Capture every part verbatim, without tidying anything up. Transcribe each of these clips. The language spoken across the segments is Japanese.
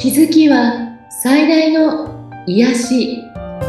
気づきは最大の癒し。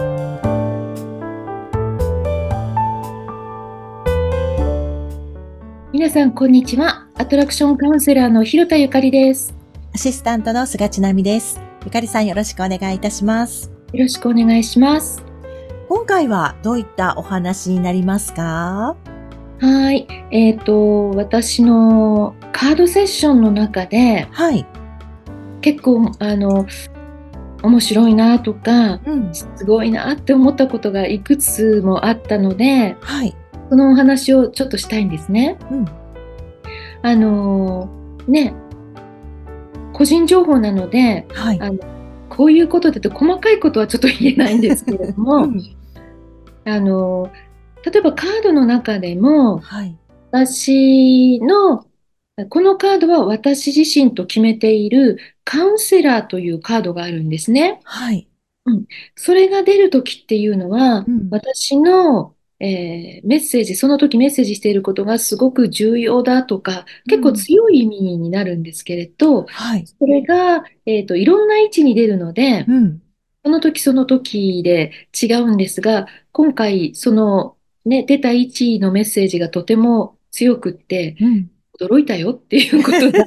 皆さんこんにちは。アトラクションカウンセラーの広田ゆかりです。 アシスタントの菅千奈美です。ゆかりさん、よろしくお願いいたします。 よろしくお願いします。 今回はどういったお話になりますか？ はい。えっと、私のカードセッションの中で、 はい。 結構、あの、面白いなとか、 うん。 すごいなって思ったことがいくつもあったので、 はい。 そのお話をちょっとしたいんですね。 うん。 あの、ね、個人情報なので、 はい。 あの、こういうことだと細かいことはちょっと言えないんですけれども、 うん。 あの、例えばカードの中でも、 はい。 私の、このカードは私自身と決めているカウンセラーというカードがあるんですね。 はい。 うん。それが出るときっていうのは、 うん。 私の、えーメッセージ、その時メッセージしていることがすごく重要だとか、結構うん。 強い意味になるんですけれど、 はい。 それが、えっと、いろんな位置に出るので、 うん。 その時その時で違うんですが、今回、そのね、出た位置のメッセージがとても強くって、 うん。 驚いたよっていうことが。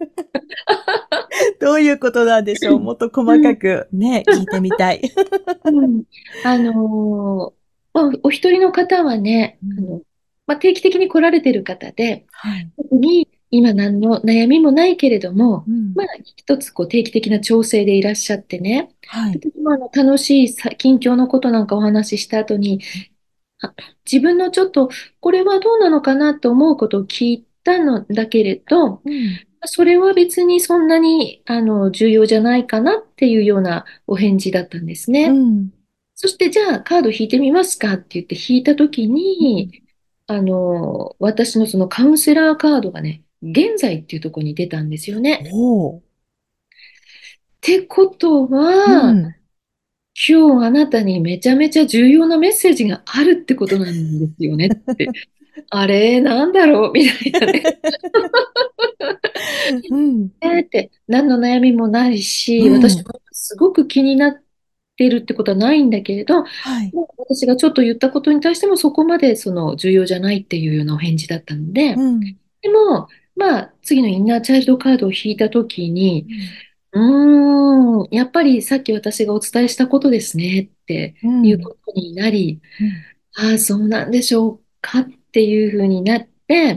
どういうことなんでしょう？もっと細うん、 かくね、聞いてみたい。 うん。あのーまあ、お一人の方はね、 うん。 あの、まあ、定期的に来られてる方で、 はい。 特に今何の悩みもないけれども、 うん。 まあ、一つこう定期的な調整でいらっしゃってね、 はい。 例えばあの楽しいさ近況のことなんかお話しした後に、あ自分のちょっとこれはどうなのかなと思うことを聞いたのだけれど、 うん。 それは別にそんなにあの重要じゃないかなっていうようなお返事だったんですね。 うん。 そしてじゃあカード引いてみますかって言って引いたときうん。 に、あの、私のそのカウンセラーカードがね、現在っていうところに出たんですよね。 おー。 ってことうは、 ん。 今日あなたにめちゃめちゃ重要なメッセージがあるってことなんですよねって。あれ、なんだろうみたいなね。 うん。 えーって、何の悩みもないし、私うん。 もすごく気になってるってことはないんだけれど、 はい。 もう私がちょっと言ったことに対してもそこまでその重要じゃないっていうようなお返事だったので、 うん。 でも、まあ、次のインナーチャイルドカードを引いたときに、 うん。 うーん、やっぱりさっき私がお伝えしたことですねってうん。 いうことになり、 うん。 ああ、そうなんでしょうかっていうふうになって、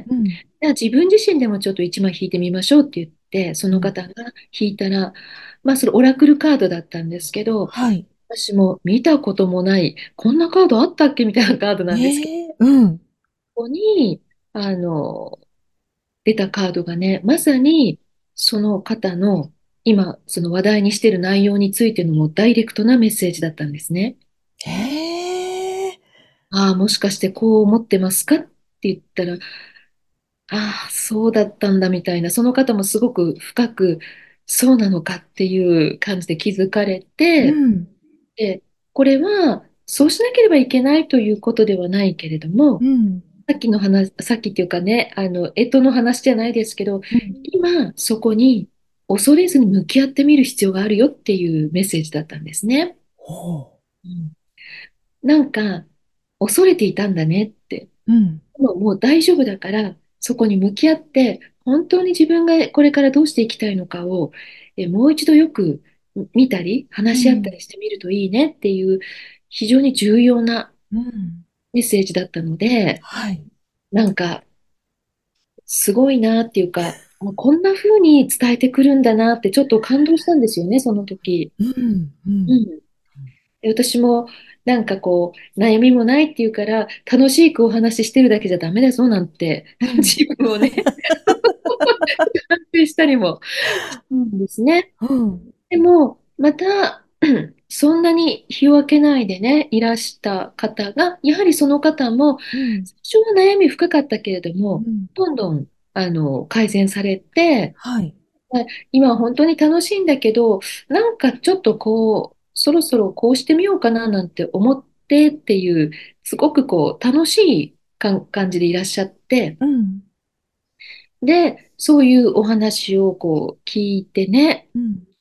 うん。 じゃあ自分自身でもちょっといちまい引いてみましょうって言って、そうん。 の方が引いたら、まあ、それオラクルカードだったんですけど、 はい。 私も見たこともない、こんなカードあったっけみたいなカードなんですけど、 ええ、うん。 ここに、あの、出たカードがね、まさにその方の今、その話題にしている内容についてのもうダイレクトなメッセージだったんですね。 へえ。 ああ、もしかしてこう思ってますかって言ったら、ああ、そうだったんだみたいな、その方もすごく深く、そうなのかっていう感じで気づかれて、 うん。 で、これはそうしなければいけないということではないけれども、 うん。 さっきの話、さっきっていうかね、あの、干支の話じゃないですけど、 うん。 今そこに恐れずに向き合ってみる必要があるよっていうメッセージだったんですね。 ほうん、なんか、恐れていたんだねって。 う。うん。 でももう大丈夫だから、そこに向き合って、本当に自分がこれからどうしていきたいのかを、え、もう一度よく見たり、話し合ったうん。 りしてみるといいねっていう、非常に重要なうん。 メッセージだったので、 はい。 なんか、すごいなっていうか、もうこんな風に伝えてくるんだなってちょっと感動したんですよね、その時。 うん。うん。 うん。で私もなんかこう、悩みもないっていうから、楽しくお話ししてるだけじゃダメだぞなんて、 うん。 自分をね、反省したりもしたんですね。 うん。 でも、また、そんなに日を明けないでね、いらした方が、やはりその方も、 うん。 最初は悩み深かったけれども、 うん。 どんどん、あの、改善されて、 はい。 はい今は本当に楽しいんだけど、なんかちょっとこう、そろそろこうしてみようかななんて思ってっていう、すごくこう、楽しいか感じでいらっしゃって、 うん。 で、そういうお話をこう聞いてね、 うん。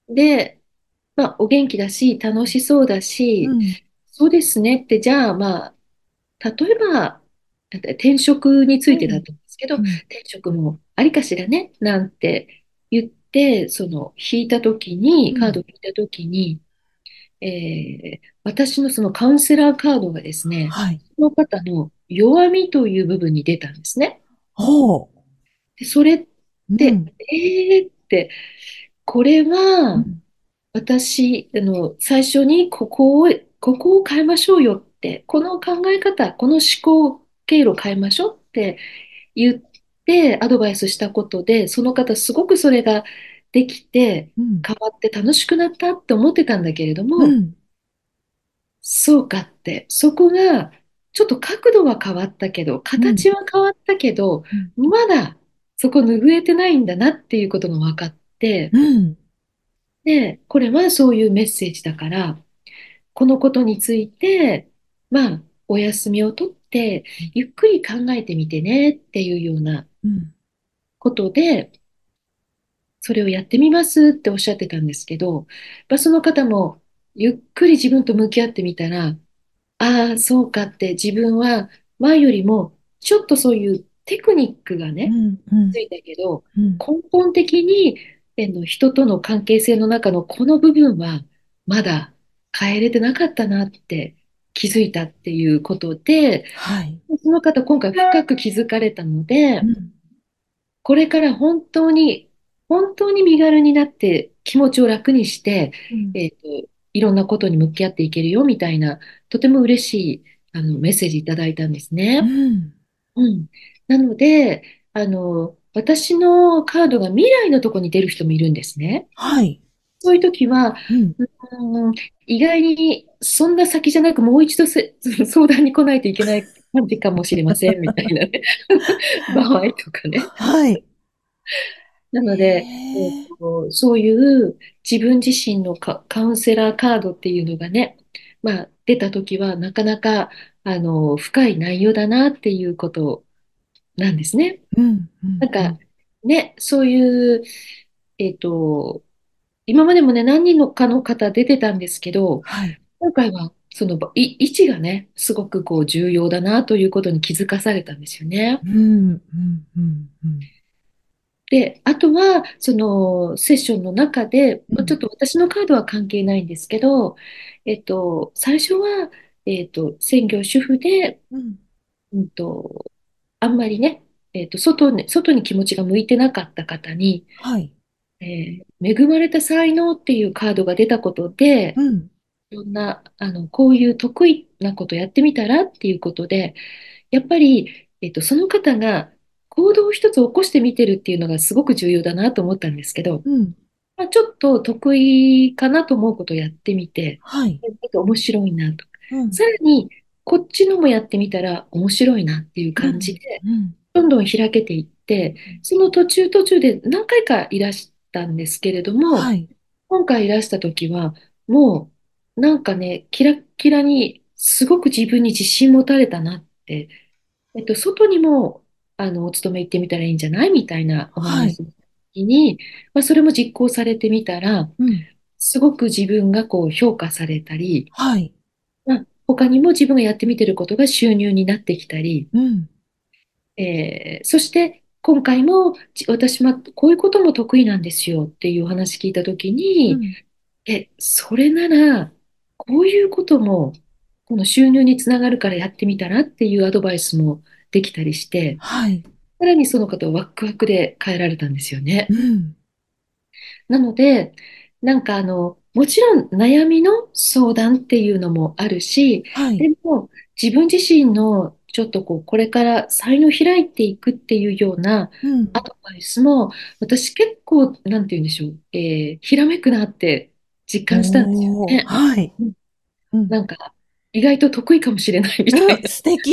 で、まあ、お元気だし、楽しそうだし、 うん。 そうですねって、じゃあ、まあ、例えば、転職についてだっうん。 たんですけど、 うん。 転職もありかしらね、なんて言って、その、引いたときに、カーうん。 ドを引いたときに、えー私のそのカウンセラーカードがですね、 はい。 その方の弱みという部分に出たんですね。 ほで、それっう。うて、 ん。 えーって、これは、 うん。 私、あの、最初にここを、ここを変えましょうよって、この考え方、この思考経路を変えましょうって言ってアドバイスしたことで、その方すごくそれができて、 うん。 変わって楽しくなったって思ってたんだけれども、 うん。 そうかって、そこがちょっと角度は変わったけど、 うん。 形は変わったけど、 うん。 まだそこ拭えてないんだなっていうことが分かって、 うん。 で、これはそういうメッセージだから、このことについて、まあ、お休みをとって、ゆっくり考えてみてねっていうようなうん。 ことで、それをやってみますっておっしゃってたんですけど、まあ、その方もゆっくり自分と向き合ってみたら、ああ、そうかって自分は前よりもちょっとそういうテクニックがね、 うん。うん。 ついたけど、 うん。 根本的にえの人との関係性の中のこの部分はまだ変えれてなかったなって気づいたっていうことで、 はい。 その方今回深く気づかれたので、 うん。 これから本当に、本当に身軽になって気持ちを楽にして、 うん。 えっと、いろんなことに向き合っていけるよみたいな、とても嬉しいあのメッセージいただいたんですね。 うん。 うん。なので、あの、私のカードが未来のところに出る人もいるんですね。 はい。 そういう時は、 うん。 うん、意外にそんな先じゃなくもう一度せ相談に来ないといけない感じかもしれませんみたいなね場合とかね。 はい。 なので、えっへえ。 と、そういう自分自身のカ、カウンセラーカードっていうのがね、まあ、出た時はなかなかあの深い内容だなっていうことなんですね。 うん。うん。 なんかうん。 ね、そういう、えっと、今までもね、何人のかの方出てたんですけど、 はい。 今回はそのい位置がね、すごくこう重要だなということに気づかされたんですよね。 うん。うん。うん。うん。 で、あとは、そのセッションの中で、 うん。 まあちょっと私のカードは関係ないんですけど、えっと、最初は、えっと、専業主婦で、 うん。 うんと、あんまりね、えっと、外に、外に気持ちが向いてなかった方に、 はい。 えー恵まれた才能っていうカードが出たことで、 うん。 いろんな、あの、こういう得意なことやってみたらっていうことで、やっぱり、えっと、その方が行動を一つ起こしてみてるっていうのがすごく重要だなと思ったんですけど、 うん。 まあ、ちょっと得意かなと思うことをやってみて、 はい。 ちょっと面白いなと。 うん。 さらに、こっちのもやってみたら面白いなっていううん。 感じで、 うん。 どんどん開けていって、その途中途中で何回かいらしたんですけれども、 はい。 今回いらした時は、もう、なんかね、キラッキラに、すごく自分に自信持たれたなって、えっと、外にも、あの、お勤め行ってみたらいいんじゃないみたいなおはい。 話の時に、まあ、それも実行されてみたら、 うん。 すごく自分がこう評価されたり、 はい。 まあ、他にも自分がやってみてることが収入になってきたり、 うん。 えーそして今回もち私はこういうことも得意なんですよっていうお話聞いたときに、 うん。 え、それならこういうこともこの収入につながるからやってみたらっていうアドバイスもできたりして、 はい。 さらにその方はワクワクで変えられたんですよね。 うん。 なので、なんかあの、もちろん悩みの相談っていうのもあるし、 はい。 でも自分自身のちょっとこう、これから才能を開いていくっていうようなうん。 アドバイスも、私結構、なんて言うんでしょう、えーひらめくなって実感したんですよおー。 ね。 はい。 うん、 うん。 なんか、意外と得意かもしれないみたうん。 いな。 素敵。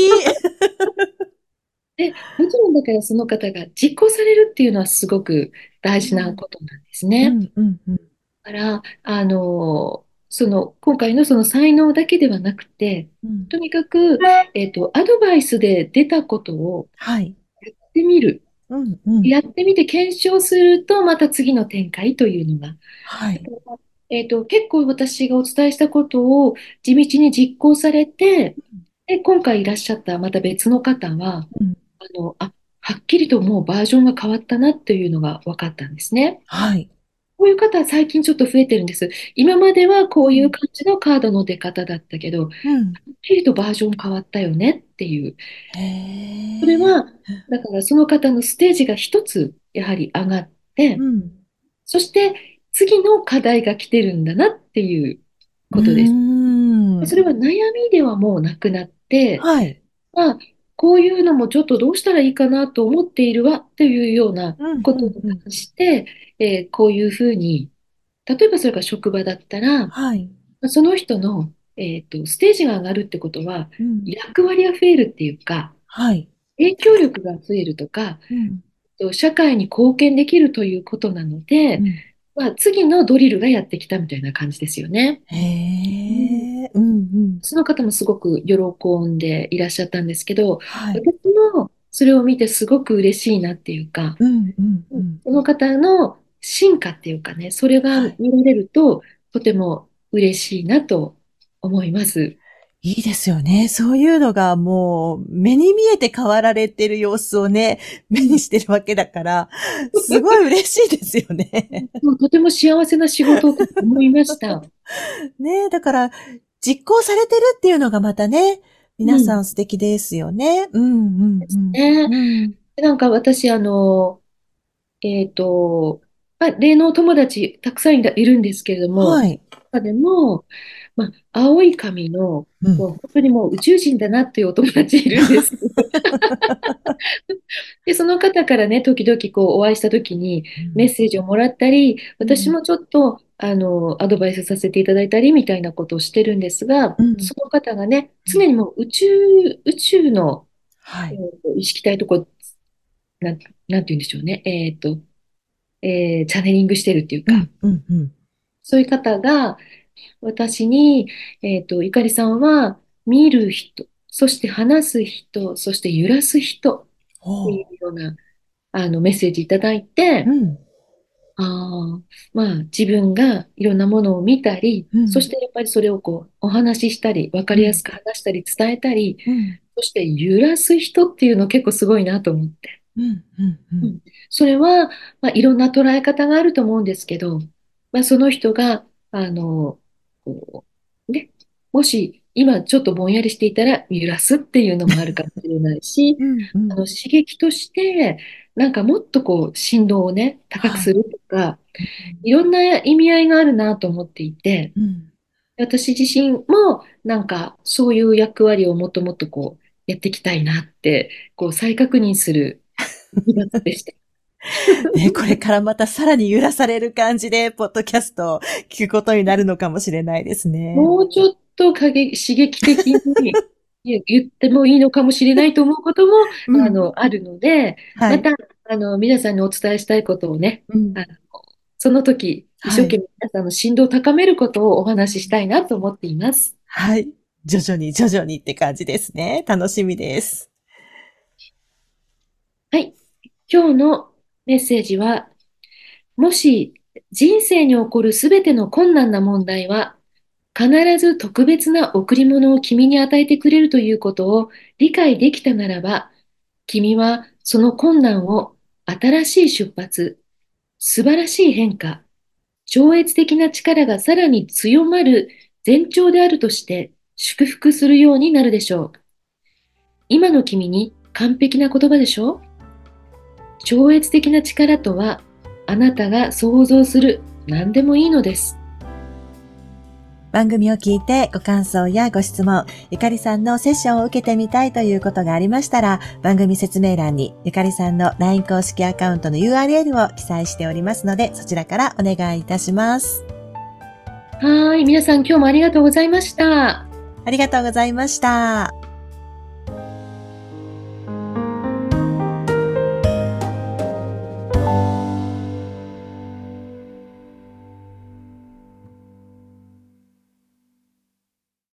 で、もちろんだからその方が実行されるっていうのはすごく大事なうん。 ことなんですね。 うん。うん。うん。 から、あの、その、今回のその才能だけではなくて、 うん。 とにかく、えっと、アドバイスで出たことをはい。 やってみる。 うん、うん。 やってみて検証すると、また次の展開というのが。 はい。 えっと、結構私がお伝えしたことを地道に実行されて、で、今回いらっしゃったまた別の方は、 うん。 あの、あ、はっきりともうバージョンが変わったなっていうのが分かったんですね。 はい。 こういう方は最近ちょっと増えてるんです。今まではこういううん。 感じのカードの出方だったけど、はっうん。 きりとバージョン変わったよねっていう。 へえ。 それは、だからその方のステージが一つ、やはり上がって、 うん。 そして次の課題が来てるんだなっていううーことです。そん。 れは悩みではもうなくなって、 はい。 まあ、こういうのもちょっとどうしたらいいかなと思っているわっていうようなうん、うん、 ことにうん。 関して、えーこういうふうに、例えばそれが職場だったら、 はい。 その人の、えっと、ステージが上がるってことは、 うん。 役割が増えるっていうか、 はい。 影響力が増えるとか、 うん。 と社会に貢献できるということなので、 うん。 まあ、次のドリルがやってきたみたいな感じですよね。 へうん、 え。うん、うん。 その方もすごく喜んでいらっしゃったんですけど、 はい。 私もそれを見てすごく嬉しいなっていうか、 うん、うん、 うん、 うん。 その方の進化っていうかね、それがはい。 見られるととても嬉しいなと思います。 いいですよね。そういうのがもう目に見えて変わられてる様子をね、目うん、 にしてるわけだから、すごい嬉しいですよね。 もうとても幸せな仕事と思いました。 ね、だから実行されてるっていうのがまたね、 うん。 皆さん素敵ですよね。うん、うん、 ね、 うん。うん。 なんか私、あの、えっと、まあ、霊能友達たくさんいらいるんですけれども、 はい。 中でも、まあ、青い髪の、 うん。 もう本当にもう宇宙人だなっていうお友達いるんです。で、その方からね、時々こうお会いした時にメッうん。 セージをもらったり、 うん。 私もちょっとあのアドバイスさせていただいたりみたいなことをしてるんですが、 うん。 その方がね、 うん。 常にもう宇宙、宇宙の、えはい。 ーと意識体とこう、なん、なんて言うんでしょうね、えっと、えーチャネリングしてるっていうか、 うん、うん、うん。 そういう方が私に、えっと、ゆかりさんは見る人、そして話す人、そして揺らす人っていおう。 うようなあのメッセージいただいて、 うん。 ああ、まあ自分がいろんなものを見たり、 うん。 そしてやっぱりそれをこうお話ししたり、わかうん。 りやすく話したり伝えたり、 うん。 そして揺らす人っていうの結構すごいなと思って。 うん。うん。うん。 うん、それは、まあ、いろんな捉え方があると思うんですけど、まあ、その人が、あの、こう、ね、もし今ちょっとぼんやりしていたら揺らすっていうのもあるかもしれないし、 うん。うん。 あの刺激として、なんかもっとこう振動をね、高くはい。 するとか、いろんな意味合いがあるなと思っていて、 うん。 私自身もなんかそういう役割をもっともっとこうやっていきたいなって、こう再確認するにがつでした。 ね、これからまたさらに揺らされる感じで、ポッドキャストを聞くことになるのかもしれないですね。 もうちょっと過激刺激的に言言ってもいいのかもしれないと思うこともうん。 あのあるので、 はい。 またあの皆さんにお伝えしたいことをね、 うん。 あのその時一生はい。 懸命皆さんの振動を高めることをお話ししたいなと思っています。 はい。徐々に徐々にって感じですね。楽しみです。 はい。今日のメッセージは、もし人生に起こるすべての困難な問題は、必ず特別な贈り物を君に与えてくれるということを理解できたならば、君はその困難を新しい出発、素晴らしい変化、超越的な力がさらに強まる前兆であるとして祝福するようになるでしょう。今の君に完璧な言葉でしょう。超越的な力とは、あなたが想像する何でもいいのです。 番組を聞いてご感想やご質問、ゆかりさんのセッションを受けてみたいということがありましたら、番組説明欄にゆかりさんの ライン 公式アカウントの ユーアールエル を記載しておりますので、そちらからお願いいたします。 はい、皆さん今日もありがとうございました。 ありがとうございました。